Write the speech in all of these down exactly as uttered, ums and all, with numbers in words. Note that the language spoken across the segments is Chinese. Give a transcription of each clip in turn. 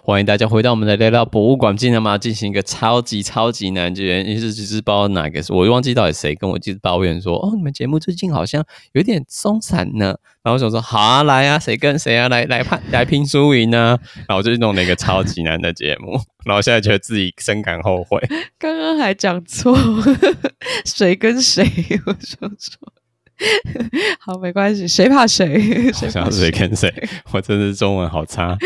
欢迎大家回到我们的聊聊博物馆。今天嘛进行一个超级超级难的原因是就是不知道哪个是我忘记到底谁跟我一直抱怨说哦你们节目最近好像有点松散呢，然后我想说好啊来啊谁跟谁啊来来判来拼输赢呢，然后我就弄了一个超级难的节目，然后现在觉得自己深感后悔， 刚刚还讲错谁跟谁，我想说好没关系，谁怕谁， 我想谁跟谁，我真是中文好差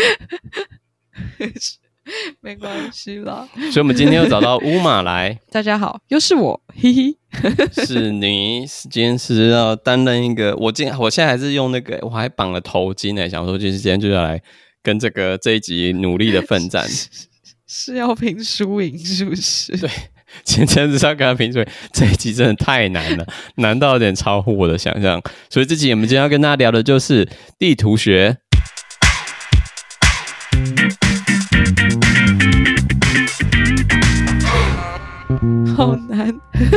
没关系啦。 所以我们今天又找到乌马来大家好，又是我，嘿嘿是你今天是要担任一个我今我现在还是用那个我还绑了头巾呢，想说就是今天就要来跟这个这一集努力的奋战是, 是要拼输赢是不是？ 对，今天是要跟他拼输赢，这一集真的太难了，难到有点超乎我的想象，所以这集我们今天要跟大家聊的就是地图学。 好难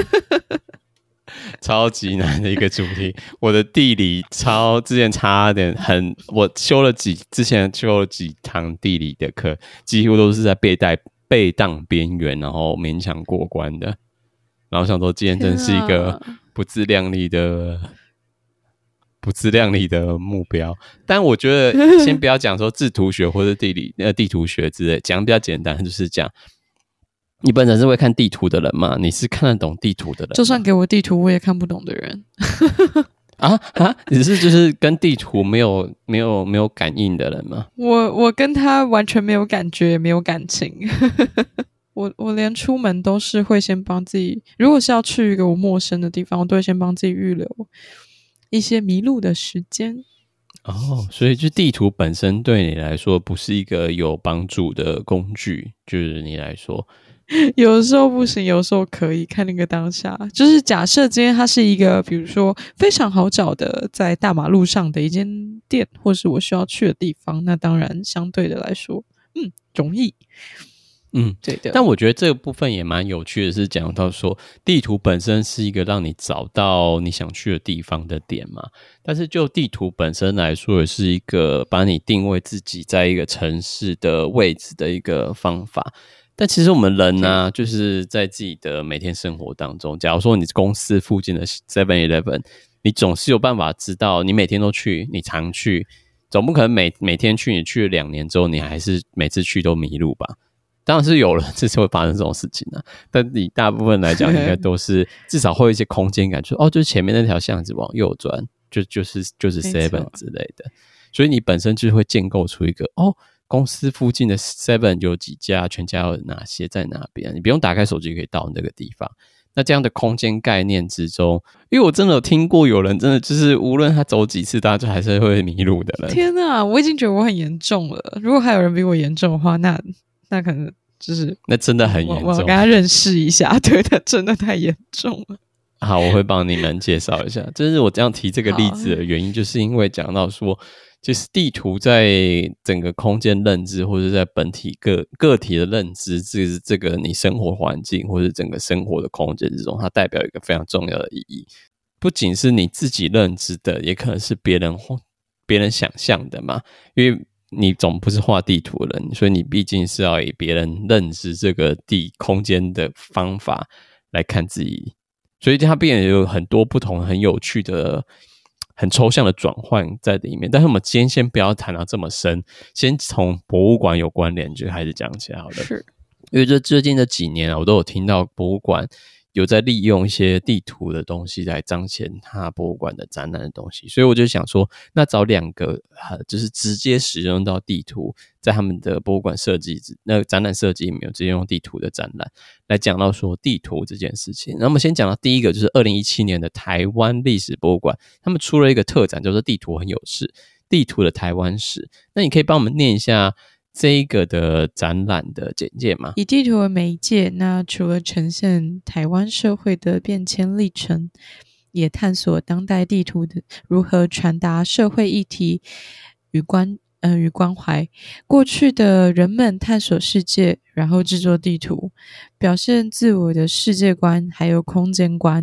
超级难的一个主题，我的地理超之前差点很，我修了几之前修了几堂地理的课，几乎都是在背带背档边缘，然后勉强过关的。然后想说今天真是一个不自量力的不自量力的目标，但我觉得先不要讲说制图学或者地理呃地图学之类，讲比较简单，就是讲。你本身是会看地图的人吗？你是看得懂地图的人吗？ 就算给我地图我也看不懂的人啊啊！你是就是跟地图没有没有没有感应的人吗？ 我我跟他完全没有感觉也没有感情我我连出门都是会先帮自己，如果是要去一个我陌生的地方，我都会先帮自己预留一些迷路的时间。 哦，所以就地图本身对你来说不是一个有帮助的工具，就是你来说有时候不行，有时候可以，看那个当下。就是假设今天它是一个比如说非常好找的在大马路上的一间店，或是我需要去的地方，那当然相对的来说嗯容易。 嗯，对的。但我觉得这个部分也蛮有趣的，是讲到说地图本身是一个让你找到你想去的地方的点嘛，但是就地图本身来说，也是一个把你定位自己在一个城市的位置的一个方法。但其实我们人呢、啊，就是在自己的每天生活当中，假如说你公司附近的 seven eleven， 你总是有办法知道，你每天都去，你常去，总不可能每每天去，你去了两年之后，你还是每次去都迷路吧？当然是有人这次会发生这种事情啊，但你大部分来讲，应该都是至少会有一些空间感，就哦，就是前面那条巷子往右转，就就是就是 seven 之类的，所以你本身就会建构出一个哦。公司附近的 seven 有几家，全家有哪些，在哪边？你不用打开手机可以到那个地方。那这样的空间概念之中，因为我真的有听过有人真的就是无论他走几次，他就还是会迷路的人。 天哪，我已经觉得我很严重了。如果还有人比我严重的话，那那可能就是那真的很严重。 我, 我要跟他认识一下，对，他真的太严重了。 好，我会帮你们介绍一下。就是我这样提这个例子的原因，就是因为讲到说。就是地图在整个空间认知，或者在本体个个体的认知，这是这个你生活环境或者整个生活的空间之中，它代表一个非常重要的意义。不仅是你自己认知的，也可能是别人别人想象的嘛。因为你总不是画地图的人，所以你毕竟是要以别人认知这个地空间的方法来看自己，所以它变得有很多不同很有趣的。很抽象的转换在里面，但是我们今天先不要谈到这么深，先从博物馆有关联就开始讲起来好了。 是， 因为这最近这几年啊，我都有听到博物馆有在利用一些地图的东西来彰显它博物馆的展览的东西，所以我就想说，那找两个就是直接使用到地图，在他们的博物馆设计、那个展览设计里面有直接用地图的展览来讲到说地图这件事情。那我们先讲到第一个，就是二零一七年的台湾历史博物馆，他们出了一个特展，叫做地图很有事，地图的台湾史。那你可以帮我们念一下这一个的展览的简介吗？ 以地图为媒介，那除了呈现台湾社会的变迁历程，也探索当代地图的如何传达社会议题与关呃与关怀。过去的人们探索世界，然后制作地图，表现自我的世界观还有空间观。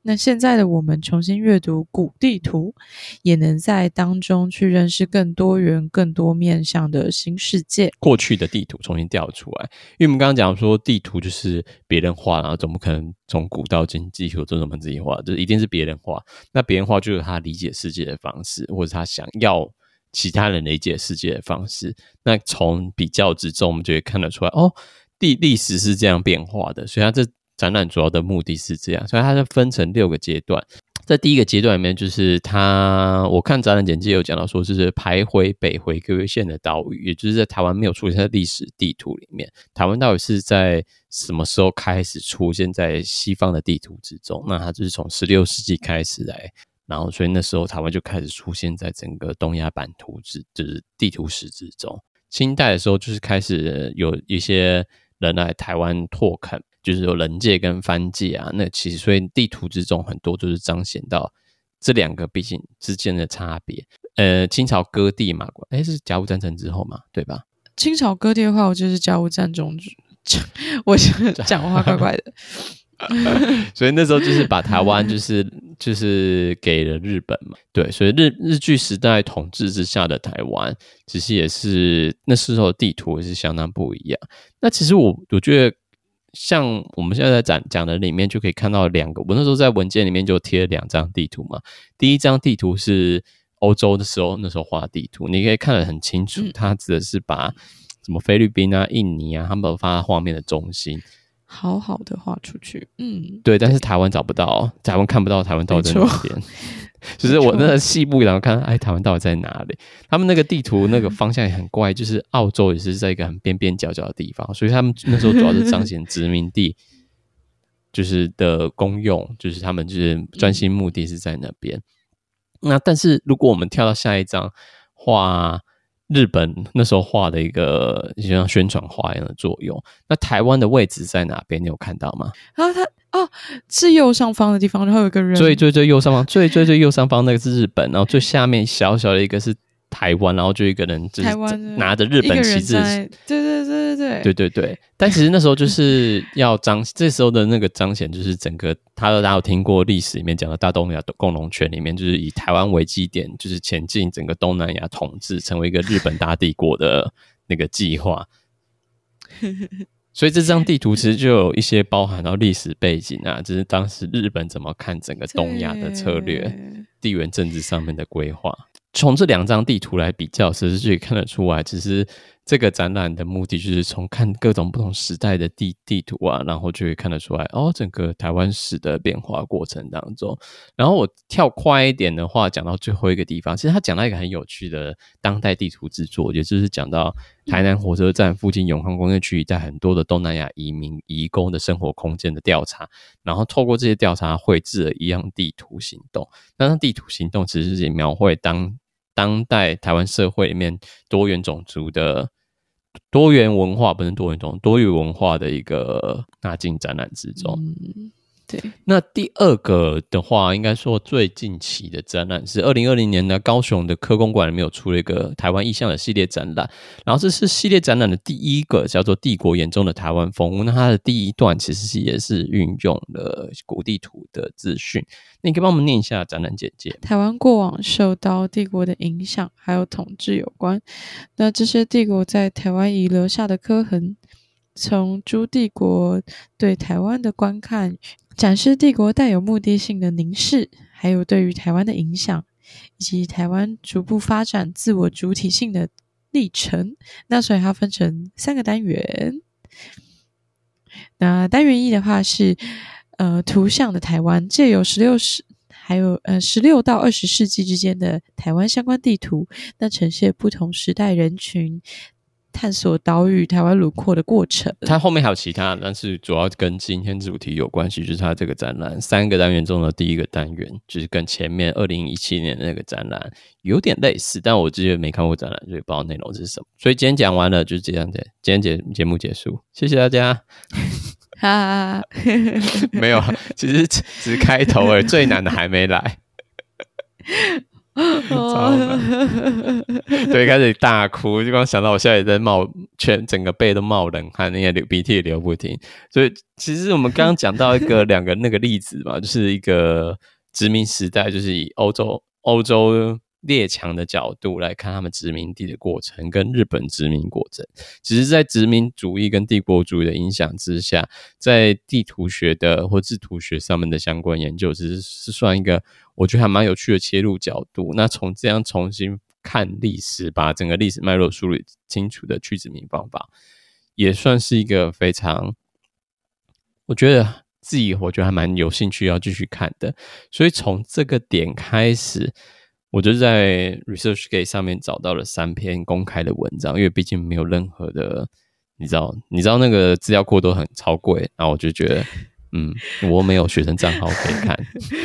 那现在的我们重新阅读古地图，也能在当中去认识更多元、更多面向的新世界。 过去的地图重新调出来，因为我们刚刚讲说地图就是别人画，然后总不可能从古到今地图都是我们自己画，就是一定是别人画。那别人画就是他理解世界的方式，或者他想要其他人理解世界的方式。那从比较之中，我们就会看得出来，哦，地历史是这样变化的，所以它这展览主要的目的是这样，所以它是分成六个阶段。在第一个阶段里面，就是它，我看展览简介有讲到说，就是徘徊北回归线的岛屿，也就是在台湾没有出现在历史地图里面。台湾到底是在什么时候开始出现在西方的地图之中？那它就是从十六世纪开始来，然后所以那时候台湾就开始出现在整个东亚版图之，就是地图史之中。清代的时候，就是开始有一些人来台湾拓垦，就是有人界跟番界啊，那其实所以地图之中很多就是彰显到这两个毕竟之间的差别。呃，清朝割地嘛，诶是甲午战争之后嘛，对吧？ 清朝割地的话，我就是甲午战争，我讲话怪怪的。 所以那时候就是把台湾就是就是给了日本嘛，对，所以日日据时代统治之下的台湾，其实也是那时候的地图也是相当不一样。那其实我我觉得，像我们现在在讲讲的里面就可以看到两个，我那时候在文件里面就贴了两张地图嘛。第一张地图是欧洲的时候那时候画的地图，你可以看得很清楚，它指的是把什么菲律宾啊、印尼啊，他们放在画面的中心。 好好的画出去，嗯， 对，但是台湾找不到，台湾看不到台湾到底在哪边。就是我那个细部，然后看，哎，台湾到底在哪里？他们那个地图那个方向也很怪，就是澳洲也是在一个很边边角角的地方，所以他们那时候主要是彰显殖民地，就是的功用，就是他们就是专心目的是在那边。那但是如果我们跳到下一张画。日本那时候画的一个像宣传画一样的作用，那台湾的位置在哪边？你有看到吗？ 啊，它哦是右上方的地方，然后有一个人， 最最最右上方，最最最右上方那个是日本，然后最下面小小的一个是台湾，然后就一个人就是拿着日本旗帜， 对对对对对对对对。但其实那时候就是要彰，这时候的那个彰显就是整个，他大家有听过历史里面讲的大东亚共荣圈里面，就是以台湾为基点，就是前进整个东南亚统治，成为一个日本大帝国的那个计划。所以这张地图其实就有一些包含到历史背景啊，就是当时日本怎么看整个东亚的策略、地缘政治上面的规划。从这两张地图来比较，其实就可以看得出来，其实这个展览的目的就是从看各种不同时代的 地, 地图啊，然后就会看得出来哦，整个台湾史的变化过程当中。然后我跳快一点的话，讲到最后一个地方，其实他讲到一个很有趣的当代地图制作，也就是讲到台南火车站附近永康工业区一带很多的东南亚移民移工的生活空间的调查，然后透过这些调查绘制了一样地图行动。那地图行动其实也描绘当当代台湾社会里面多元种族的多元文化，不是多元种多元文化的一个纳进展览之中。 嗯，对。 那第二个的话，应该说最近期的展览是二零二零年呢，高雄的科工馆里面有出了一个台湾意象的系列展览，然后这是系列展览的第一个，叫做帝国眼中的台湾风物。那它的第一段其实也是运用了古地图的资讯。那你可以帮我们念一下展览简介。 台湾过往受到帝国的影响还有统治有关，那这些帝国在台湾遗留下的刻痕，从诸帝国对台湾的观看，展示帝国带有目的性的凝视，还有对于台湾的影响，以及台湾逐步发展自我主体性的历程。那所以它分成三个单元。那单元一的话是呃图像的台湾，借由十六世还有呃十六到二十世纪之间的台湾相关地图，那呈现不同时代人群探索岛屿台湾轮廓的过程。 它后面还有其他，但是主要跟今天主题有关系，就是它这个展览三个单元中的第一个单元，就是跟前面二零一七年的那个展览有点类似，但我之前没看过展览，所以不知道内容是什么。所以今天讲完了，就是这样子，今天节节目结束，谢谢大家。 哈， 没有，其实只是开头而已，最难的还没来。 超难。对，开始大哭，就刚想到我现在也在冒，全整个背都冒冷汗，那些流鼻涕也流不停。所以其实我们刚刚讲到一个两个那个例子嘛，就是一个殖民时代，就是以欧洲欧洲列强的角度来看他们殖民地的过程，跟日本殖民过程。只是在殖民主义跟帝国主义的影响之下，在地图学的或制图学上面的相关研究，只是是算一个我觉得还蛮有趣的切入角度。那从这样重新看历史，把整个历史脉络梳理清楚的去殖民方法，也算是一个非常，我觉得自己我觉得还蛮有兴趣要继续看的。所以从这个点开始，我就在 ResearchGate 上面找到了三篇公开的文章，因为毕竟没有任何的，你知道，你知道那个资料库都很超贵，然后我就觉得，嗯，我没有学生账号可以看。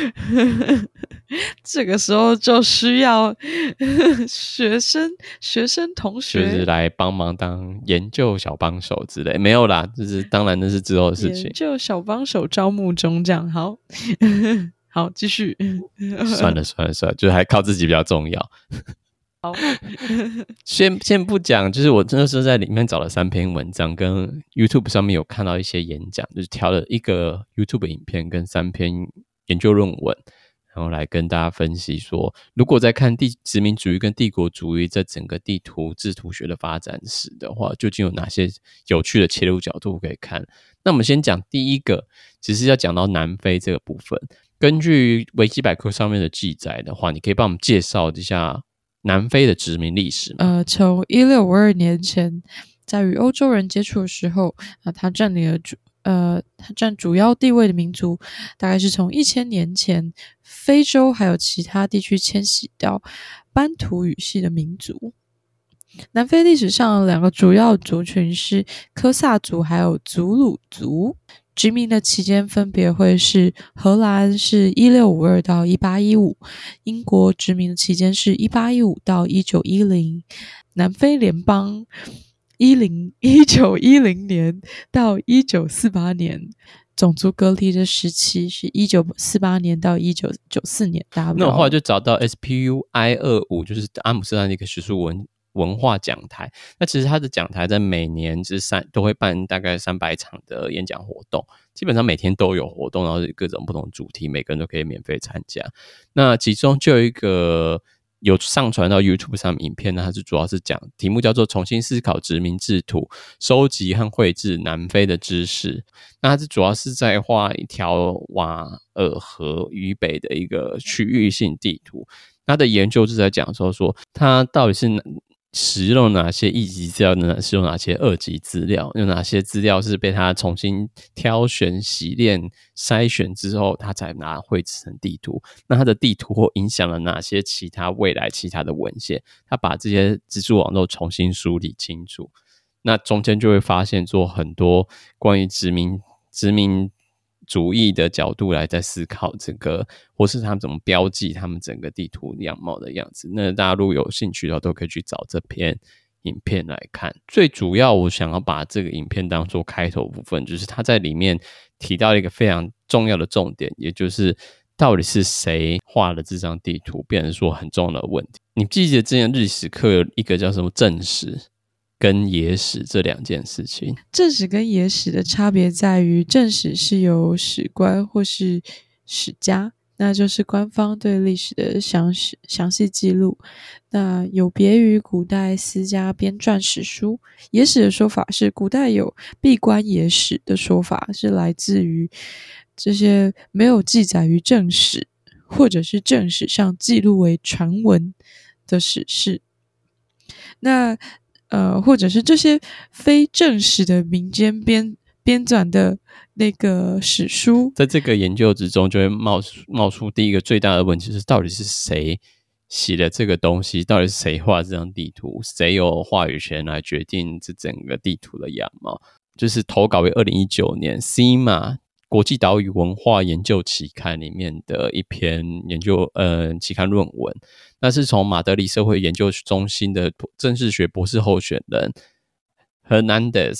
这个时候就需要学生学生同学， 就是来帮忙当研究小帮手之类，没有啦，就是当然那是之后的事情。 研究小帮手招募中，这样好。好，继续。 算了算了算了，就是还靠自己比较重要。 好， 先先不讲，就是我那时候在里面找了三篇文章，跟 YouTube 上面有看到一些演讲，就是挑了一个 YouTube 影片跟三篇研究论文，然后来跟大家分析说，如果在看地殖民主义跟帝国主义在整个地图制图学的发展史的话，究竟有哪些有趣的切入角度可以看？那我们先讲第一个，其实要讲到南非这个部分。根据维基百科上面的记载的话，你可以帮我们介绍一下南非的殖民历史吗？ 呃，从一六五二年前，在与欧洲人接触的时候，呃、他占领了主呃，他占主要地位的民族，大概是从一千年前非洲还有其他地区迁徙到班图语系的民族。南非历史上两个主要族群是科萨族还有祖鲁族。殖民的期间分别会是荷兰是一六五二到一八一五，英国殖民的期间是一八一五到一九一零，南非联邦一九一零年到一九四八年，种族隔离的时期是一九四八年到一九九四年。 那我后来就找到 S P U I 二十五，就是阿姆斯特丹的一个学术文文化讲台。那其实他的讲台在每年之三都会办大概三百场的演讲活动，基本上每天都有活动，然后各种不同主题，每个人都可以免费参加。那其中就有一个有上传到 YouTube 上面影片呢，它是主要是讲题目叫做重新思考殖民制图，收集和绘制南非的知识。那它是主要是在画一条瓦尔河以北的一个区域性地图。它的研究是在讲说说它到底是使用哪些一级资料，使用哪些二级资料，有哪些资料是被他重新挑选、洗练、筛选之后，他才拿绘制成地图。那他的地图或影响了哪些其他未来其他的文献？他把这些蜘蛛网都重新梳理清楚。那中间就会发现做很多关于殖民殖民主义的角度来在思考这个，或是他们怎么标记他们整个地图样貌的样子。那大家如果有兴趣的话，都可以去找这篇影片来看。最主要我想要把这个影片当作开头部分，就是他在里面提到一个非常重要的重点，也就是到底是谁画了这张地图，变成说很重要的问题。你记得之前历史课有一个叫什么正史跟野史这两件事情。 正史跟野史的差别在于，正史是由史官或是史家，那就是官方对历史的详细详细记录，那有别于古代私家编撰史书。野史的说法是，古代有闭关野史的说法，是来自于这些没有记载于正史或者是正史上记录为传闻的史事。那呃，或者是这些非正史的民间编编纂的那个史书。 在这个研究之中就会冒出冒出第一个最大的问题，就是到底是谁写了这个东西，到底是谁画这张地图，谁有话语权来决定这整个地图的样貌。就是投稿为二零一九年 C I M A 国际岛屿文化研究期刊里面的一篇研究呃期刊论文，那是从马德里社会研究中心的政治学博士候选人 Hernandez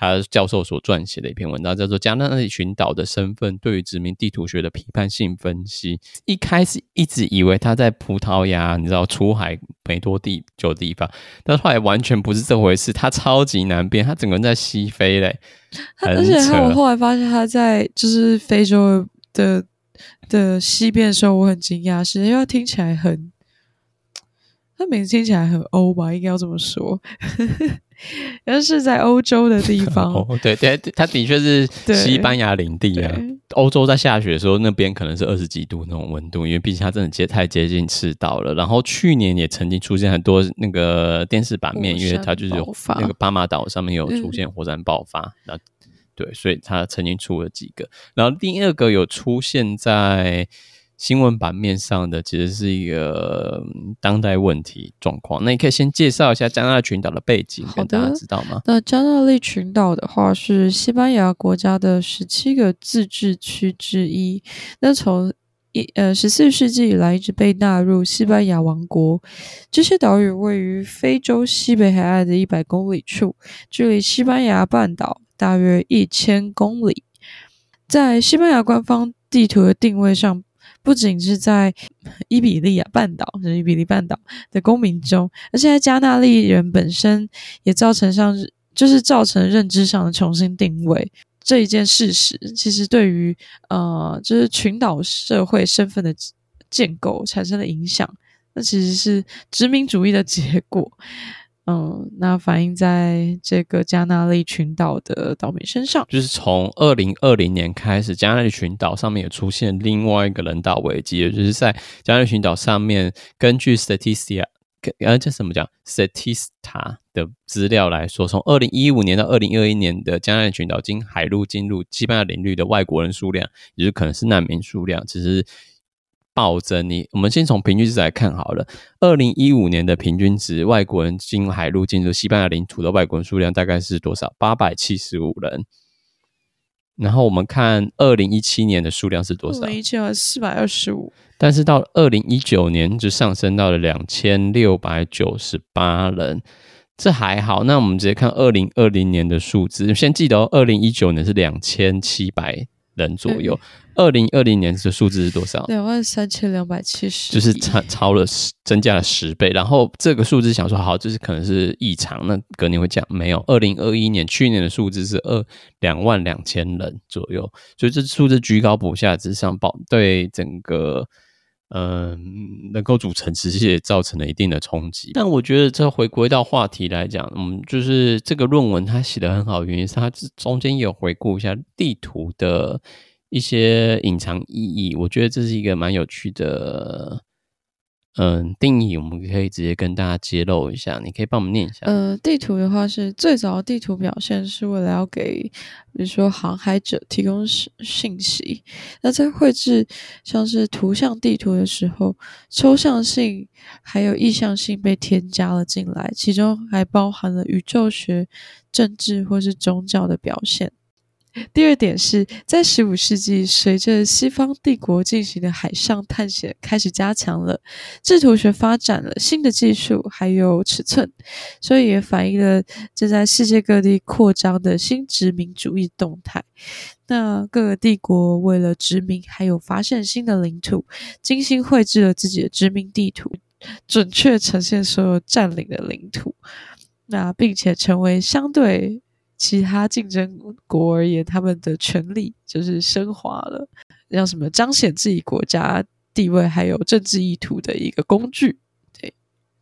他教授所撰写的一篇文章，叫做《加那利群岛的身份对于殖民地图学的批判性分析》。一开始一直以为他在葡萄牙，你知道出海没多地久的地方，但后来完全不是这回事，他超级南边，他整个人在西非嘞， 而且我后来发现他在就是非洲的的西边的时候，我很惊讶，是因为他听起来很，他名字听起来很欧吧，应该要这么说。但是在欧洲的地方， 哦、对对，它的确是西班牙领地啊。欧洲在下雪的时候，那边可能是二十几度那种温度，因为毕竟它真的接太接近赤道了。然后去年也曾经出现很多那个电视版面，因为它就是有那个巴马岛上面有出现火山爆发，嗯、对，所以它曾经出了几个。然后第二个有出现在新闻版面上的其实是一个当代问题状况，那你可以先介绍一下加那利群岛的背景，跟大家知道吗？ 那加那利群岛的话是西班牙国家的十七个自治区之一，那从呃十四世纪以来一直被纳入西班牙王国。这些岛屿位于非洲西北海岸的一百公里处，距离西班牙半岛大约一千公里。在西班牙官方地图的定位上，不仅是在伊比利亚半岛，就是伊比利半岛的公民中，而且在加那利人本身也造成上，就是造成认知上的重新定位。这一件事实，其实对于呃，就是群岛社会身份的建构产生的影响，那其实是殖民主义的结果。嗯，那反映在这个加那利群岛的岛民身上， 就是从二零二零年开始，加那利群岛上面也出现另外一个人道危机，也就是在加那利群岛上面，根据 Statista 呃，这怎么讲 Statista 的资料来说，从二零一五年到二零二一年的加那利群岛经海路进入西班牙领域的外国人数量，也就是可能是难民数量，其实暴增。你我们先从平均值来看好了，二零一五年的平均值，外国人经海路进入西班牙领土的外国人数量大概是多少？八百七十五人。然后我们看二零一七年的数量是多少？ 二零一七年四百二十五。 但是到二零一九年就上升到了两千六百九十八人。这还好，那我们直接看二零二零年的数字，先记得哦，二零一九年是两千七百人左右，二零二零年的数字是多少？ 两万三千两百七十， 就是超超了增加了十倍。然后这个数字想说好，就是可能是异常，那隔年会讲没有。二零二一年去年的数字是二两万两千人左右，所以这数字居高不下之上，对整个嗯能够组成其实也造成了一定的冲击。但我觉得这回归到话题来讲，嗯，就是这个论文它写得很好的原因是它中间也有回顾一下地图的一些隐藏意义，我觉得这是一个蛮有趣的嗯定义，我们可以直接跟大家揭露一下，你可以帮我们念一下。 呃，地图的话是最早的地图表现是为了要给比如说航海者提供信息，那在绘制像是图像地图的时候，抽象性还有意象性被添加了进来，其中还包含了宇宙学、政治或是宗教的表现。第二点是在十五世纪，随着西方帝国进行的海上探险开始加强了，制图学发展了新的技术还有尺寸，所以也反映了正在世界各地扩张的新殖民主义动态。那各个帝国为了殖民还有发现新的领土，精心绘制了自己的殖民地图，准确呈现所有占领的领土，那并且成为相对其他竞争国而言，他们的权力就是升华了，让什么彰显自己国家地位还有政治意图的一个工具。对，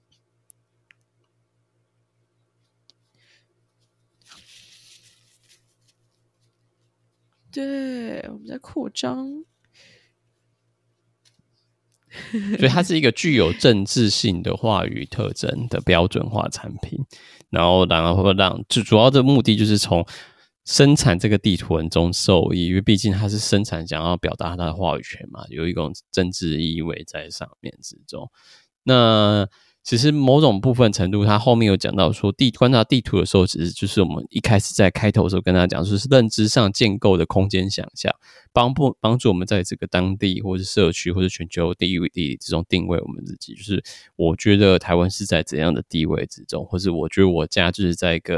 对，我们在扩张。 所以它是一个具有政治性的话语特征的标准化产品，然后然后让就主要的目的就是从生产这个地图人中受益，因为毕竟它是生产想要表达它的话语权嘛，有一种政治意味在上面之中。那其实某种部分程度，他后面有讲到说，地观察地图的时候，其实就是我们一开始在开头的时候跟大家讲，就是认知上建构的空间想象，帮助帮助我们在这个当地或是社区或是全球地理之中定位我们自己。就是我觉得台湾是在怎样的地位之中，或是我觉得我家就是在一个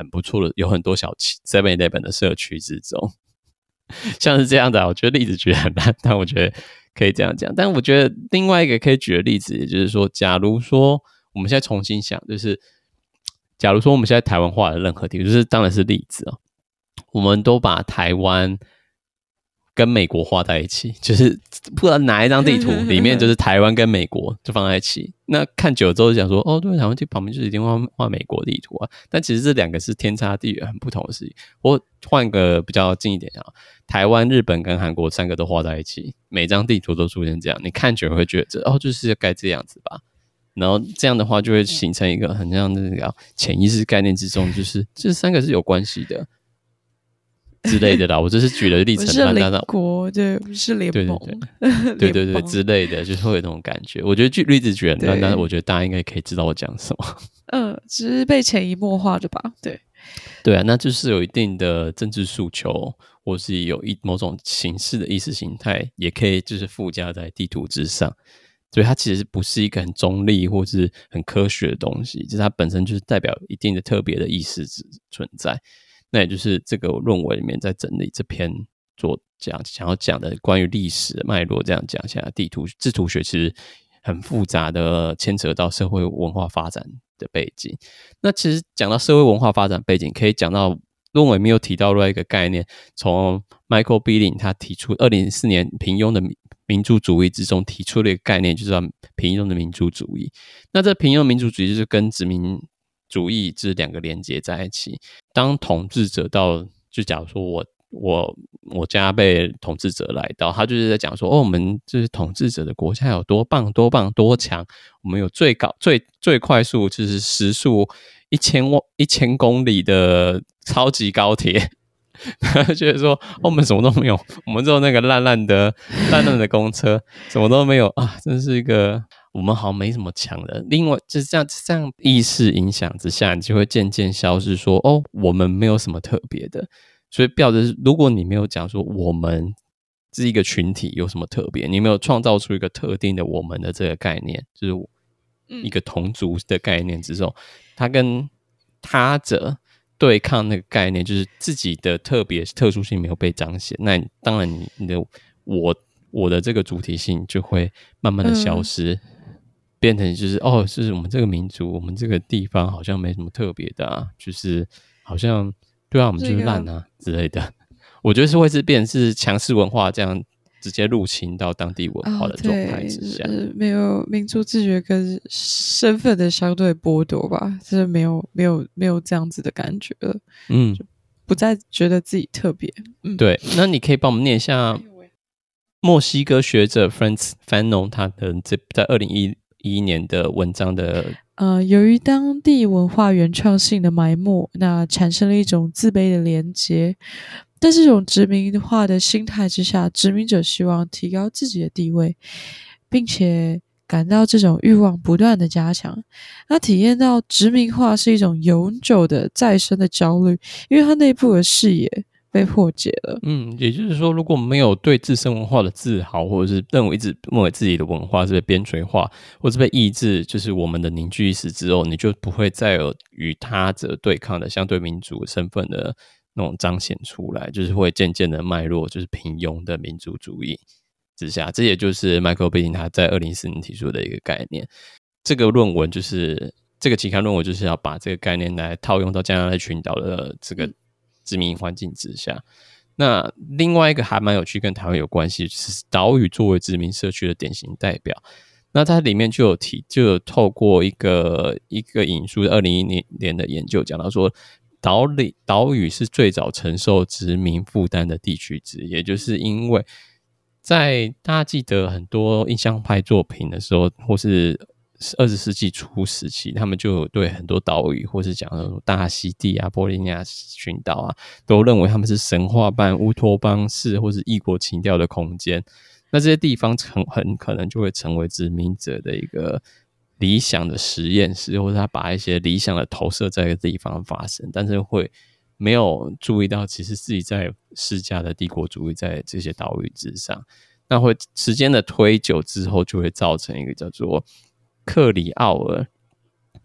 很不错的，有很多小 seven eleven 的社区之中。像是这样的、啊、我觉得例子举得很烂，但我觉得可以这样讲。但我觉得另外一个可以举的例子，也就是说假如说我们现在重新想，就是假如说我们现在台湾画的任何地图，就是当然是例子哦，我们都把台湾跟美国画在一起，就是不知道哪一张地图里面就是台湾跟美国就放在一起。那看久了之后就想说，哦，对，台湾地旁边就是一定画画美国地图啊。但其实这两个是天差地远、很不同的事情。我换个比较近一点啊，台湾、日本跟韩国三个都画在一起，每张地图都出现这样，你看久了会觉得，哦，就是该这样子吧。然后这样的话就会形成一个很像那个潜意识概念之中，就是这三个是有关系的。之类的啦，我这是举了例子， 不是邻国，对，不是联盟， 对对对对对对之类的，就是会有那种感觉。我觉得举例子举很烂，但是我觉得大家应该可以知道我讲什么。 嗯，只是被潜移默化的吧？对， 对啊，那就是有一定的政治诉求，或是有一某种形式的意识形态，也可以就是附加在地图之上。所以它其实不是一个很中立或是很科学的东西，就是它本身就是代表一定的特别的意识存在。那也就是这个论文里面在整理这篇做讲想要讲的关于历史的脉络，这样讲下来，地图制图学其实很复杂的牵扯到社会文化发展的背景。那其实讲到社会文化发展背景，可以讲到论文没有提到另外一个概念，从 Michael Billing 他提出二零零四年平庸的民族主义之中提出了一个概念，就是叫平庸的民族主义。那这平庸的民族主义就是跟殖民主义这两个连接在一起。当统治者到，就假如说我我我家被统治者来到，他就是在讲说，哦，我们就是统治者的国家有多棒多棒多强，我们有最高最最快速就是时速一千一千公里的超级高铁。他就觉得说、哦，我们什么都没有，我们只有那个烂烂的烂烂的公车，什么都没有啊，真是一个我们好像没什么强的。另外就是这样这样意识影响之下，你就会渐渐消失说，哦，我们没有什么特别的。所以表示如果你没有讲说我们是一个群体有什么特别，你没有创造出一个特定的我们的这个概念，就是一个同族的概念之后，它跟他者对抗那个概念，就是自己的特别特殊性没有被彰显，那当然你你的我我的这个主体性就会慢慢的消失、嗯、变成就是哦，就是我们这个民族我们这个地方好像没什么特别的啊，就是好像对啊我们就是烂啊、这个、之类的。我觉得是会是变成是强势文化这样直接入侵到当地文化的状态之下、 哦呃、没有民族自觉跟身份的相对剥夺吧，就是没有没有没有这样子的感觉了，嗯，不再觉得自己特别、嗯、 对。那你可以帮我们念一下墨西哥学者 Frantz Fanon 他的这在二零一一年的文章的呃，由于当地文化原创性的埋没，那产生了一种自卑的连结。在这种殖民化的心态之下，殖民者希望提高自己的地位，并且感到这种欲望不断的加强。他体验到殖民化是一种永久的再生的焦虑，因为他内部的视野被破解了。 嗯，也就是说，如果没有对自身文化的自豪，或者是认为一直认为自己的文化是被边陲化，或是被抑制，就是我们的凝聚意识之后，你就不会再有与他者对抗的相对民主身份的那种彰显出来，就是会渐渐的脉络，就是平庸的民族主义之下。这也就是 Michael Billing 他在二零一四年提出的一个概念。这个论文就是这个期刊论文，就是要把这个概念来套用到加拿大群岛的这个殖民环境之下。那另外一个还蛮有趣跟台湾有关系，就是岛屿作为殖民社区的典型代表。那它里面就有提，就有透过一个一个引述二零一零年的研究讲到说，岛里岛屿是最早承受殖民负担的地区之一，也就是因为在大家记得很多印象派作品的时候，或是二十世纪初时期，他们就有对很多岛屿，或是讲的大溪地啊、波利尼亚群岛啊，都认为他们是神话般乌托邦式或是异国情调的空间。那这些地方很很可能就会成为殖民者的一个理想的实验室，或者他把一些理想的投射在一个地方发生，但是会没有注意到其实自己在施加的帝国主义在这些岛屿之上。那会时间的推久之后，就会造成一个叫做克里奥尔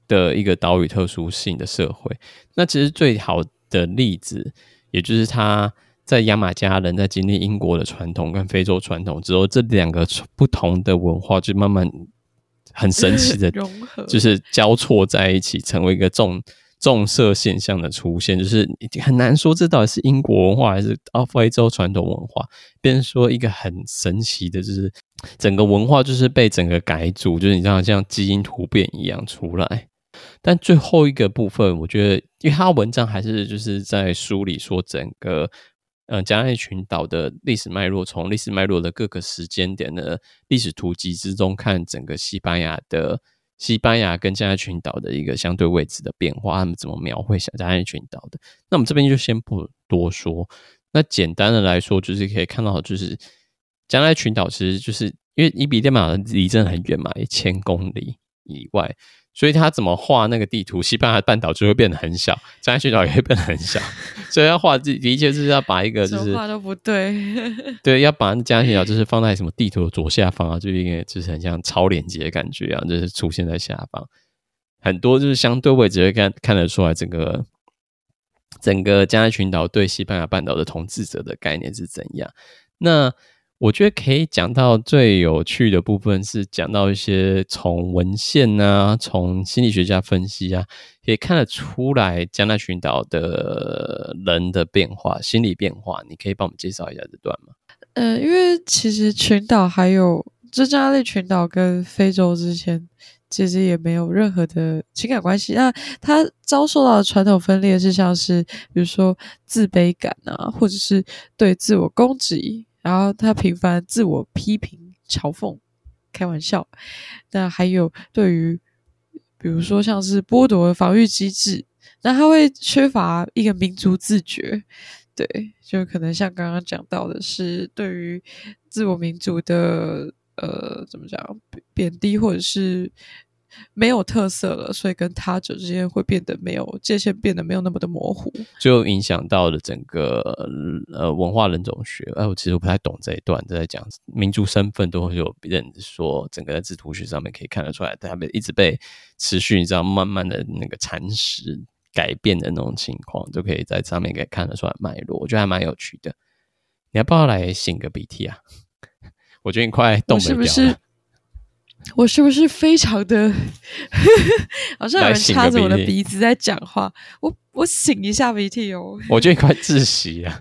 的一个岛屿特殊性的社会。那其实最好的例子，也就是他在亚马加人在经历英国的传统跟非洲传统之后，这两个不同的文化就慢慢很神奇的融合， 就是交错在一起，成为一个重重色现象的出现，就是很难说这到底是英国文化还是非洲传统文化，变成说一个很神奇的，就是整个文化就是被整个改组，就是你知道像基因突变一样出来。但最后一个部分，我觉得因为他文章还是就是在梳理说整个呃加纳利群岛的历史脉络，从历史脉络的各个时间点的历史图集之中看整个西班牙的西班牙跟加纳利群岛的一个相对位置的变化，他们怎么描绘加纳利群岛的。那我们这边就先不多说，那简单的来说就是可以看到，就是加纳利群岛其实就是因为伊比利亚离真的很远嘛，一千公里以外，所以他怎么画那个地图，西班牙半岛就会变得很小，加纳利群岛也会变得很小，所以要画的确就是要把一个就是画都不对对，要把加纳利群岛就是放在什么地图的左下方啊，就一个就是很像超连结的感觉啊，就是出现在下方，很多就是相对位置会看看得出来整个整个加纳利群岛对西班牙半岛的统治者的概念是怎样。那我觉得可以讲到最有趣的部分是讲到一些从文献啊，从心理学家分析啊，可以看得出来加纳利群岛的人的变化，心理变化。你可以帮我们介绍一下这段吗？ 呃，因为其实群岛还有这加纳利群岛跟非洲之前其实也没有任何的情感关系，那他遭受到的传统分裂是像是比如说自卑感啊，或者是对自我攻击，然后他频繁自我批评、嘲讽、开玩笑，那还有对于比如说像是剥夺防御机制，那他会缺乏一个民族自觉，对，就可能像刚刚讲到的是对于自我民族的呃怎么讲贬低或者是没有特色了，所以跟他者之间会变得没有界限，变得没有那么的模糊， 就影响到了整个呃文化人种学。哎，我其实我不太懂这一段，在讲民族身份都会有人说，整个在制图学上面可以看得出来，他们一直被持续你知道慢慢的那个蚕食改变的那种情况，就可以在上面可以看得出来脉络，我觉得还蛮有趣的。你要不要来擤个鼻涕啊？我觉得你快动没掉了。 我是不是我是不是非常的好像有人插着我的鼻子在讲话，我我擤一下鼻涕哦。 我觉得你快窒息了。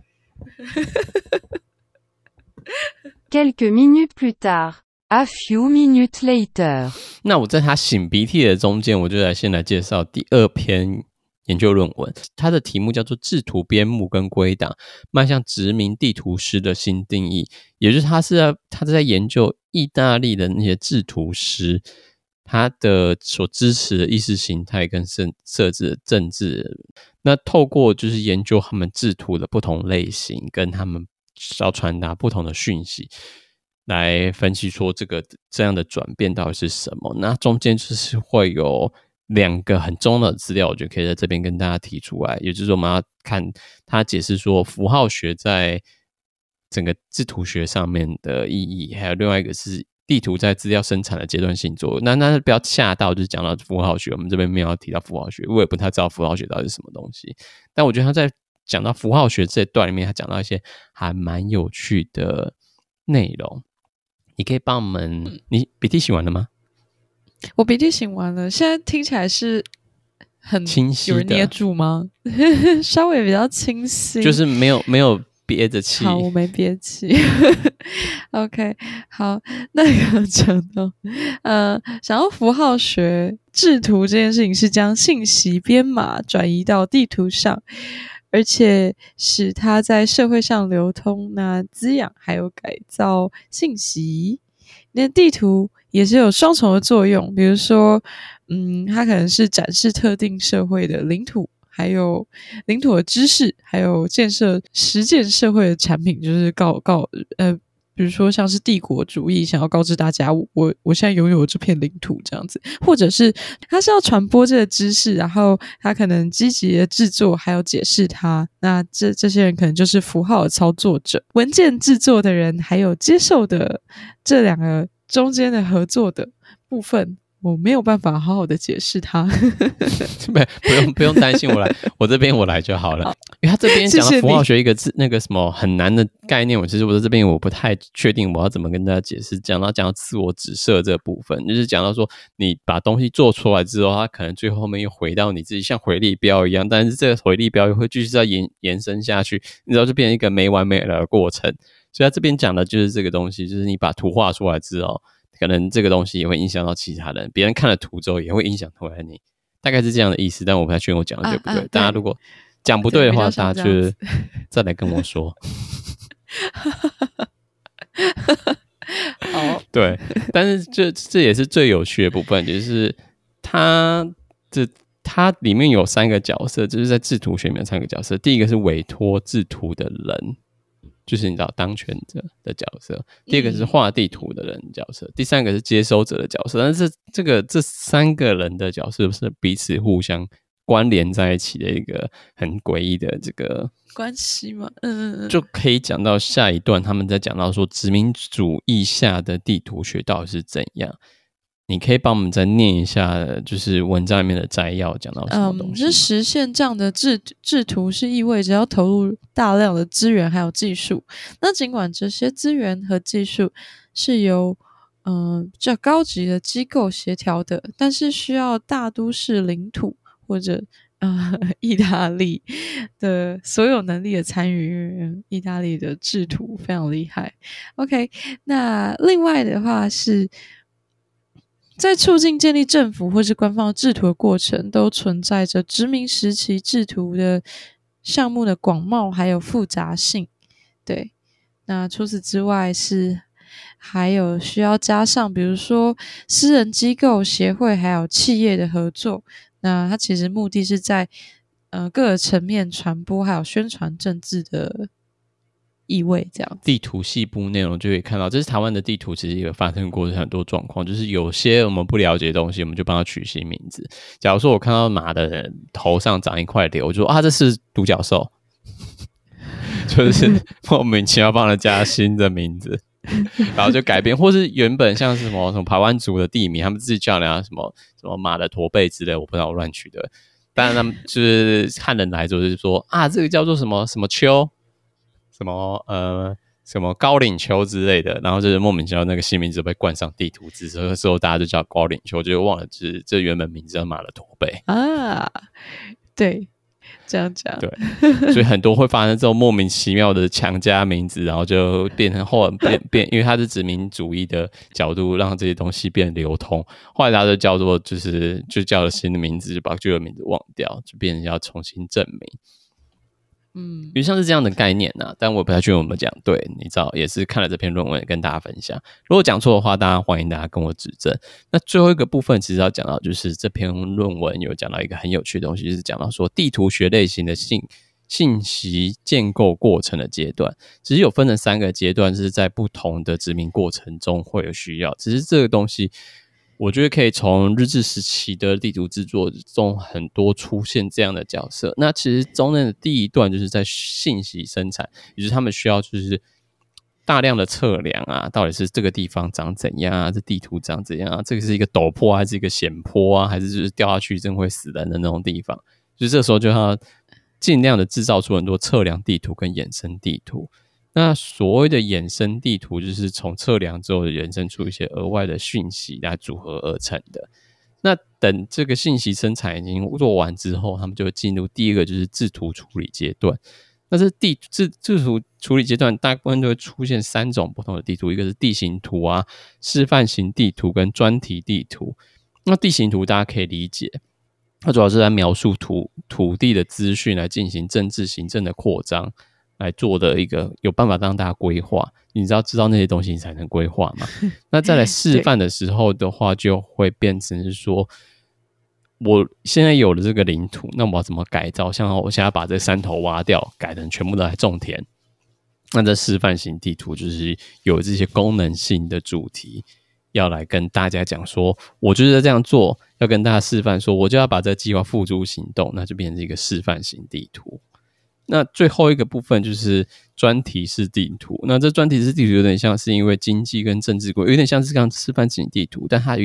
Quelques minutes plus tard, a few minutes later. 那我在他擤鼻涕的中间，我就来先来介绍第二篇研究论文，它的题目叫做制图编目跟归档迈向殖民地图师的新定义，也就是他是在他在研究意大利的那些制图师他的所支持的意识形态跟设置的政治，那透过就是研究他们制图的不同类型跟他们要传达不同的讯息，来分析说这个这样的转变到底是什么。那中间就是会有两个很重要的资料，我觉得可以在这边跟大家提出来，也就是我们要看他解释说符号学在整个制图学上面的意义，还有另外一个是地图在资料生产的阶段性作用。那那不要吓到就是讲到符号学，我们这边没有要提到符号学，我也不太知道符号学到底是什么东西，但我觉得他在讲到符号学这一段里面，他讲到一些还蛮有趣的内容。你可以帮我们，你鼻涕擤完了吗？ 我鼻涕擤完了，现在听起来是很清晰的， 有人捏住吗？稍微比较清晰， 就是没有没有憋着气。 好，我没憋气。OK， 好，那个讲到呃，想要符号学制图这件事情是将信息编码转移到地图上，而且使它在社会上流通，那滋养还有改造信息。那地图也是有双重的作用，比如说嗯，它可能是展示特定社会的领土，还有领土的知识，还有建设实践社会的产品，就是告告呃比如说像是帝国主义想要告知大家我我现在拥有这片领土这样子，或者是他是要传播这个知识，然后他可能积极的制作还有解释它，那这这些人可能就是符号的操作者，文件制作的人还有接受的这两个中间的合作的部分， 我没有办法好好的解释它。 不用不用担心，我来我这边我来就好了。因为他这边讲到符号学一个字那个什么很难的概念，我其实我在这边我不太确定我要怎么跟大家解释。讲到讲到自我指涉这部分，就是讲到说你把东西做出来之后，它可能最后面又回到你自己，像回力标一样，但是这个回力标又会继续再延延伸下去，你知道就变成一个没完没了的过程。所以他这边讲的就是这个东西，就是你把图画出来之后，可能这个东西也会影响到其他人，别人看了图之后也会影响回来你，大概是这样的意思。但我不太确定我讲的对不对，啊啊、大家如果讲不对的话，大家就再来跟我说。 好， 对，但是这这也是最有趣的部分，就是它这它里面有三个角色，就是在制图学里面有三个角色。第一个是委托制图的人，就是你知道当权者的角色，第二个是画地图的人的角色、嗯、第三个是接收者的角色。但是这个这三个人的角色是彼此互相关联在一起的一个很诡异的这个关系吗？嗯嗯， 就可以讲到下一段他们在讲到说殖民主义下的地图学到底是怎样。你可以帮我们再念一下就是文章里面的摘要讲到什么东西、 嗯、是实现这样的制制图是意味着要投入大量的资源还有技术。那尽管这些资源和技术是由嗯比较高级的机构协调的，但是需要大都市领土或者呃意大利的所有能力的参与。意大利的制图非常厉害。 OK， 那另外的话是在促进建立政府或是官方制图的过程，都存在着殖民时期制图的项目的广袤还有复杂性。对，那除此之外是还有需要加上比如说私人机构、协会还有企业的合作。那它其实目的是在呃各个层面传播还有宣传政治的意味。这样地图细部内容就可以看到，这是台湾的地图其实也有发生过很多状况，就是有些我们不了解的东西我们就帮它取新名字。假如说我看到马的头上长一块瘤，我就说啊这是独角兽，就是莫名其妙帮它加新的名字，然后就改变，或是原本像是什么什么排湾族的地名，他们自己叫人家什么什么马的驼背之类，我不知道我乱取的。当然他们就是汉人来之后就是说啊这个叫做什么什么丘，什么呃什么高岭丘之类的，然后就是莫名其妙那个新名字被冠上地图字，所以之后大家就叫高岭丘，就忘了就是这原本名字叫马的驼背啊。对，这样讲对，所以很多会发生这种莫名其妙的强加名字，然后就变成后来变变，因为它是殖民主义的角度让这些东西变流通，后来大家就叫做就是就叫了新的名字，就把旧的名字忘掉，就变成要重新证明。嗯，因为像是这样的概念啊，但我不太确定我们讲对，你知道也是看了这篇论文跟大家分享，如果讲错的话大家欢迎大家跟我指正。那最后一个部分其实要讲到就是这篇论文有讲到一个很有趣的东西，就是讲到说地图学类型的信信息建构过程的阶段，其实有分成三个阶段，是在不同的殖民过程中会有需要。只是这个东西我觉得可以从日治时期的地图制作中很多出现这样的角色。那其实中间的第一段就是在信息生产，也就是他们需要就是大量的测量啊，到底是这个地方长怎样啊，这地图长怎样啊，这个是一个陡坡还是一个险坡啊，还是就是掉下去真会死人的那种地方，就是这时候就要尽量的制造出很多测量地图跟衍生地图。那所谓的衍生地图就是从测量之后衍生出一些额外的讯息来组合而成的。那等这个信息生产已经做完之后，他们就会进入第一个就是制图处理阶段。那这地制制图处理阶段大部分都会出现三种不同的地图，一个是地形图啊、示范型地图跟专题地图。那地形图大家可以理解，它主要是在描述土土地的资讯来进行政治行政的扩张来做的一个有办法让大家规划，你知道知道那些东西你才能规划嘛。那再来示范的时候的话就会变成是说我现在有了这个领土，那我要怎么改造，像我现在把这山头挖掉改成全部都来种田，那这示范型地图就是有这些功能性的主题要来跟大家讲说我就是这样做，要跟大家示范说我就要把这个计划付诸行动，那就变成一个示范型地图。那最后一个部分就是专题式地图，那这专题式地图有点像是因为经济跟政治规，有点像是刚示范型地图，但它有一个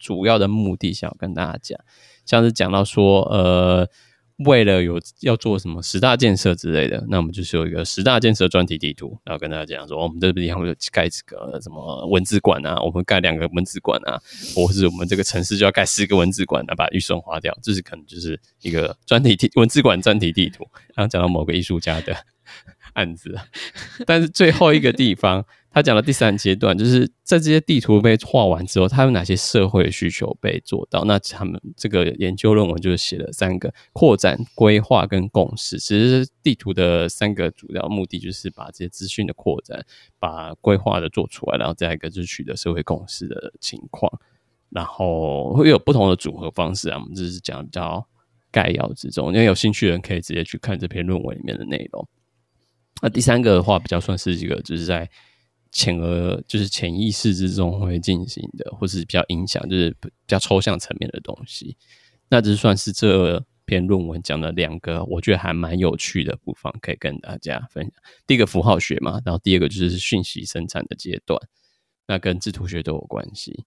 主要的目的想要跟大家讲，像是讲到说呃为了有要做什么十大建设之类的，那我们就是有一个十大建设专题地图，然后跟大家讲说、哦、我们这个地方会盖这个什么文字馆啊，我们盖两个文字馆啊，或是我们这个城市就要盖四个文字馆啊，把预算花掉，这是可能就是一个专题文字馆专题地图，然后讲到某个艺术家的案子。但是最后一个地方他讲的第三阶段，就是在这些地图被画完之后，他有哪些社会需求被做到，那他们这个研究论文就写了三个：扩展、规划跟共识。其实地图的三个主要目的就是把这些资讯的扩展，把规划的做出来，然后再一个就是取得社会共识的情况，然后会有不同的组合方式啊，我们这是讲比较概要之中，因为有兴趣的人可以直接去看这篇论文里面的内容。那第三个的话比较算是一个就是在潜而就是潜意识之中会进行的，或是比较影响就是比较抽象层面的东西。那这算是这篇论文讲的两个我觉得还蛮有趣的部分可以跟大家分享。第一个符号学嘛，然后第二个就是讯息生产的阶段，那跟制图学都有关系。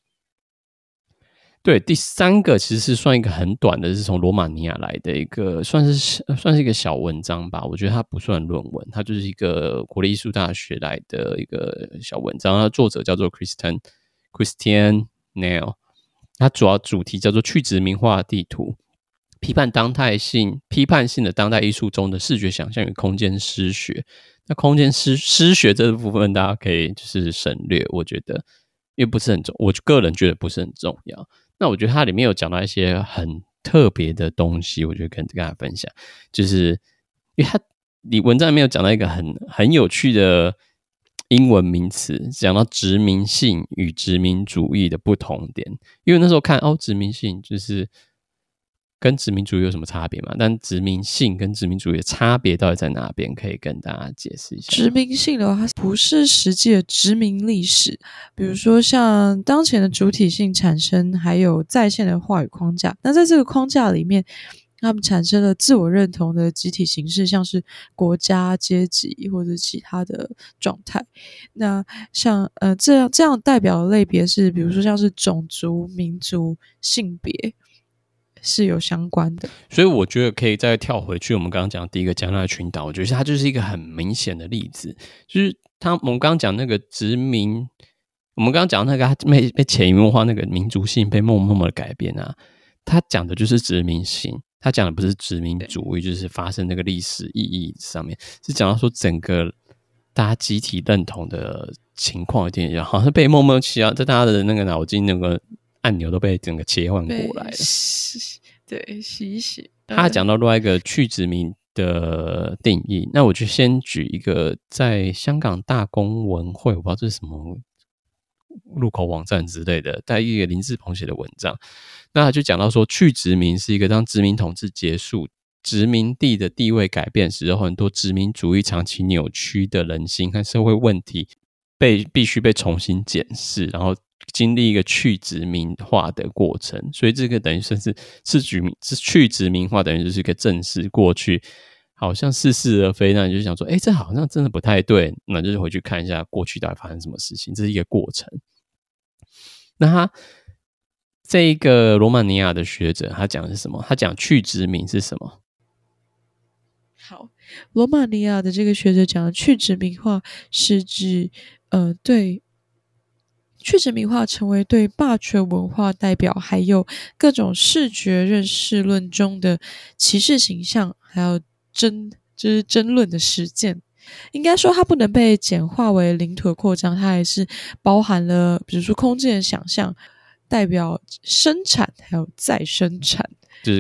对，第三个其实是算一个很短的，是从罗马尼亚来的一个，算是算是一个小文章吧。我觉得它不算论文，它就是一个国立艺术大学来的一个小文章。它的作者叫做 Christian Christian Nail， 它主要主题叫做去殖民化地图，批判当代性、批判性的当代艺术中的视觉想象与空间诗学。那空间诗诗学这个部分，大家可以就是省略，我觉得因为不是很重，我个人觉得不是很重要。那我觉得它里面有讲到一些很特别的东西，我觉得跟大家分享，就是因为它你文章里面有讲到一个很很有趣的英文名词，讲到殖民性与殖民主义的不同点。因为那时候看哦，殖民性就是跟殖民主义有什么差别嘛？但殖民性跟殖民主义的差别到底在哪边？可以跟大家解释一下。 殖民性的话，它不是实际的殖民历史，比如说像当前的主体性产生，还有在线的话语框架。那在这个框架里面，他们产生了自我认同的集体形式，像是国家、阶级或者其他的状态。那像呃这样这样代表的类别是，比如说像是种族、民族、性别。是有相关的， 所以我觉得可以再跳回去我们刚刚讲第一个加纳群岛，我觉得它就是一个很明显的例子，就是它我们刚刚讲那个殖民，我们刚刚讲那个它被被潜移默化那个民族性被默默的改变啊，它讲的就是殖民性，它讲的不是殖民主义，就是发生那个历史意义上面，是讲到说整个大家集体认同的情况有点一样，好像被默默起啊，在大家的那个脑筋那个按钮都被整个切换过来了， 对，洗一洗。 他讲到另外一个去殖民的定义，那我就先举一个在香港大公文汇，我不知道这是什么入口网站之类的，带一个林志鹏写的文章，那他就讲到说，去殖民是一个当殖民统治结束，殖民地的地位改变时，有很多殖民主义长期扭曲的人心和社会问题被必须被重新检视，然后经历一个去殖民化的过程，所以这个等于算是是去殖民化，等于就是一个正式过去，好像似是而非。那你就想说，哎，这好像真的不太对，那就是回去看一下过去到底发生什么事情，这是一个过程。那他这一个罗马尼亚的学者，他讲的是什么？他讲去殖民是什么？ 好，罗马尼亚的这个学者讲的去殖民化是指呃对。去殖民化成为对霸权文化代表还有各种视觉认识论中的歧视形象还有争就是争论的实践，应该说它不能被简化为领土的扩张，它还是包含了比如说空间的想象，代表生产还有再生产， 就是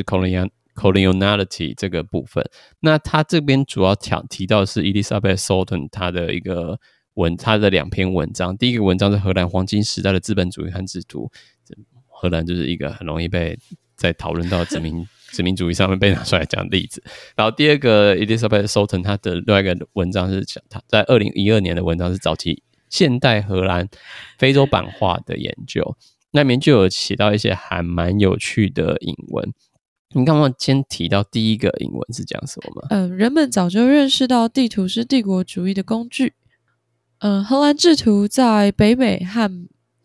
coloniality 这个部分。那他这边主要提到的是 Elizabeth Sultan 他的一个文他的两篇文章，第一个文章是荷兰黄金时代的资本主义和制度，荷兰就是一个很容易被在讨论到殖民殖民主义上面被拿出来讲的例子。然后第二个 Elizabeth Sultan 他的另外一个文章是讲他在二零一二年的文章是早期现代荷兰非洲版画的研究，那里面就有写到一些还蛮有趣的引文。你刚刚先提到第一个引文是讲什么吗？ 呃，人们早就认识到地图是帝国主义的工具。呃，荷兰制图在北美和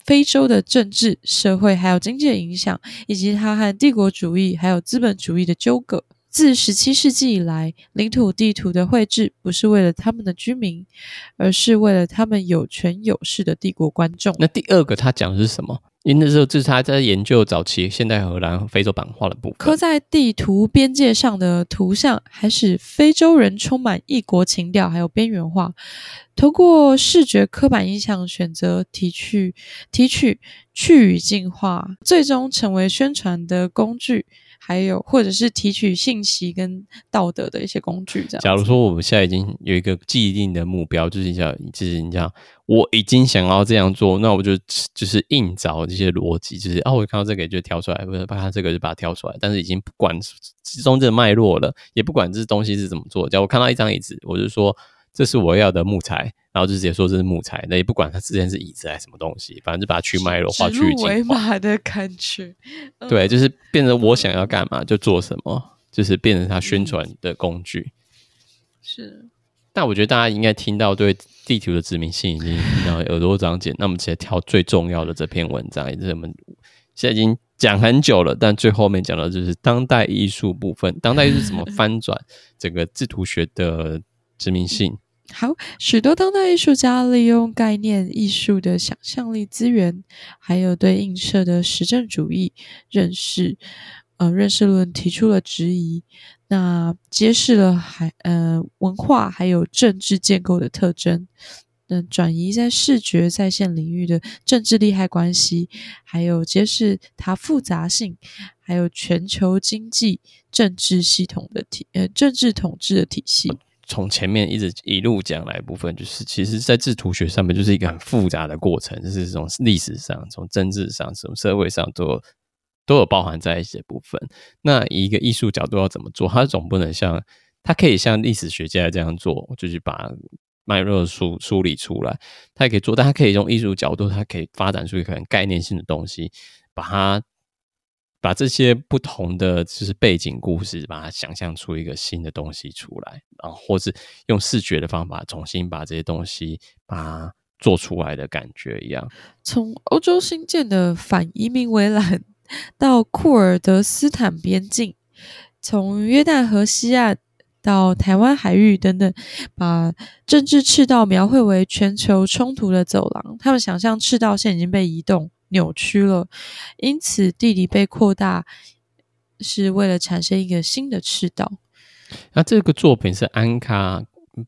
非洲的政治、社会还有经济的影响，以及它和帝国主义还有资本主义的纠葛。自十七世纪以来，领土地图的绘制不是为了他们的居民，而是为了他们有权有势的帝国观众。 那第二个他讲的是什么？因为那时候这是他在研究早期现代荷兰非洲版画的部分。 刻在地图边界上的图像还使非洲人充满异国情调还有边缘化，通过视觉刻板印象选择提取提取去语境化，最终成为宣传的工具，还有或者是提取信息跟道德的一些工具这样。 假如说我们现在已经有一个既定的目标，就是讲就是你讲我已经想要这样做，那我就就是硬找这些逻辑，就是啊我看到这个就挑出来，或者把它这个就把它挑出来，但是已经不管其中这个脉络了，也不管这东西是怎么做。假如我看到一张椅子，我就说这是我要的木材，然后就直接说这是木材，那也不管它之前是椅子还是什么东西，反正就把它去脉络化、去精华。 指鹿为马的感觉。 对，就是变成我想要干嘛就做什么，就是变成它宣传的工具。 是。 但我觉得大家应该听到对地图的指明性已经听到耳朵长茧，那我们直接跳最重要的这篇文章，也就是我们现在已经讲很久了，但最后面讲的就是当代艺术部分。当代艺术怎么翻转整个制图学的指明性？ 好，许多当代艺术家利用概念艺术的想象力资源，还有对映射的实证主义认识，呃，认识论提出了质疑，那揭示了还呃文化还有政治建构的特征，那转移在视觉在线领域的政治利害关系，还有揭示它复杂性，还有全球经济政治系统的体呃政治统治的体系。 从前面一直一路讲来的部分，就是其实在制图学上面就是一个很复杂的过程，就是从历史上、从政治上、从社会上都有都有包含在一起的部分。那以一个艺术角度要怎么做？它总不能像它可以像历史学家这样做，就是把脉络梳梳理出来，它也可以做，但它可以用艺术角度，它可以发展出一个很概念性的东西，把它。把这些不同的就是背景故事，把它想象出一个新的东西出来，然后或是用视觉的方法重新把这些东西把它做出来的感觉一样。 从欧洲新建的反移民围栏到库尔德斯坦边境，从约旦河西岸到台湾海域等等，把政治赤道描绘为全球冲突的走廊。他们想象赤道线已经被移动扭曲了，因此地理被扩大是为了产生一个新的赤道。 那这个作品是安卡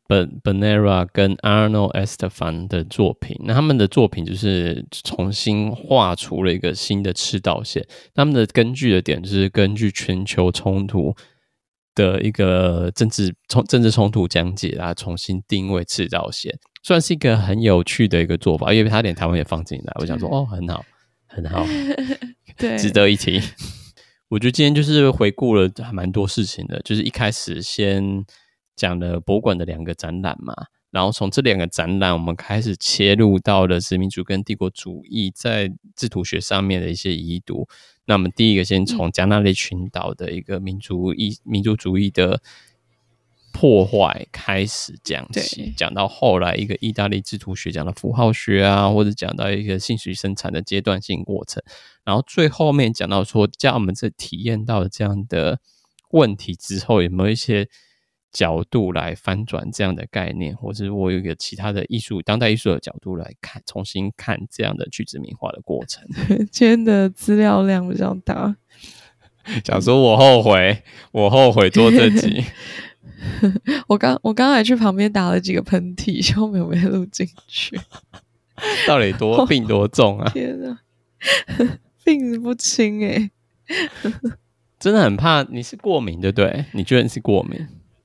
Bernera 跟 Arno Estefan 的作品，那他们的作品就是重新画出了一个新的赤道线。他们的根据的点就是根据全球冲突的一个政治政治冲突讲解啊，重新定位赤道线，算是一个很有趣的一个做法，因为他连台湾也放进来，我想说哦，很好，很好， 对， 值得一提。我觉得今天就是回顾了还蛮多事情的，就是一开始先讲了博物馆的两个展览嘛，然后从这两个展览我们开始切入到了殖民主义跟帝国主义在制图学上面的一些遗毒。那我们第一个先从加那利群岛的一个民族意民族主义的破坏开始讲起，讲到后来一个意大利制图学讲到符号学啊，或者讲到一个信息生产的阶段性过程，然后最后面讲到说叫我们这体验到这样的问题之后，有没有一些角度来翻转这样的概念，或者我有一个其他的艺术当代艺术的角度来看，重新看这样的去殖民化的过程。 今天的资料量比较大， 想说我后悔我后悔做这集我刚我刚才去旁边打了几个喷嚏，希望没有被录进去。 到底多病多重啊？ 天啊，病不轻欸。 真的很怕你是过敏，对不对？你觉得你是过敏？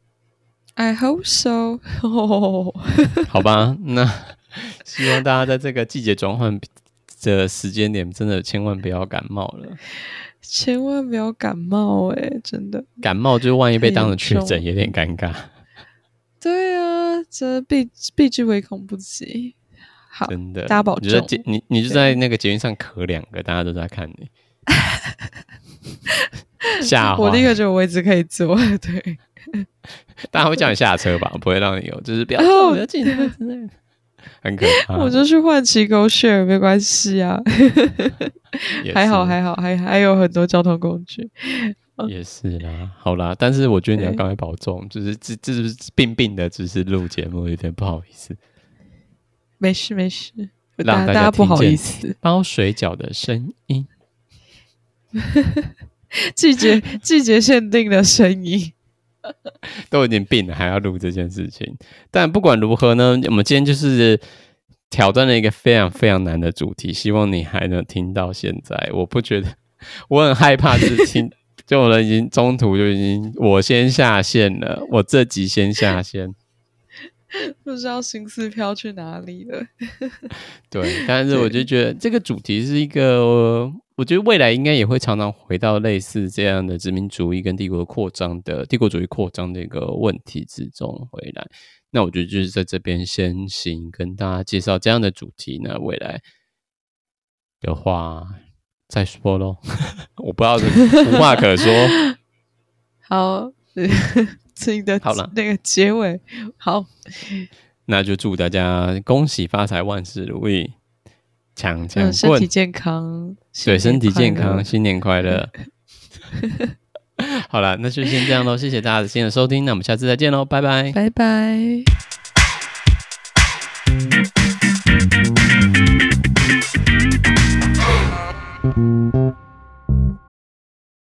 I hope so 、oh. 好吧，那希望大家在这个季节转换的时间点真的千万不要感冒了， 千万不要感冒欸，真的感冒就万一被当成确诊有点尴尬。 对啊，这避避之唯恐不及。好， 真的， 大家保重。 你, 你, 你就在那个捷运上咳两个，大家都在看你。下我立刻就有位置可以坐，对。 大家会叫你下车吧，不会让你有，就是不要坐，不要进车之类的。 很可怕。 我就去换骑狗血没关系啊，还好还好，还还有很多交通工具。 也是啦，好啦，但是我觉得你要赶快保重，就是这这是病病的，只是录节目有点不好意思。 没事没事， 让大家不好意思。包水饺的声音， 季节季节限定的声音， 都已经病了，还要录这件事情。但不管如何呢，我们今天就是挑战了一个非常非常难的主题，希望你还能听到现在。我不觉得，我很害怕，就是听。就有人已经中途就已经我先下线了，我这集先下线， 不知道心思飘去哪里了。 对，但是我就觉得这个主题是一个，我觉得未来应该也会常常回到类似这样的殖民主义跟帝国扩张的帝国主义扩张的一个问题之中回来。那我觉得就是在这边先行跟大家介绍这样的主题呢，未来的话。再说咯我不知道无话可说。 好，自己的那个结尾好， 那就祝大家恭喜发财，万事如意，强强棍， 身体健康， 对，身体健康，新年快乐。好了，那就先这样咯，谢谢大家的新的收听，那我们下次再见咯，拜拜， 拜拜。Thank you.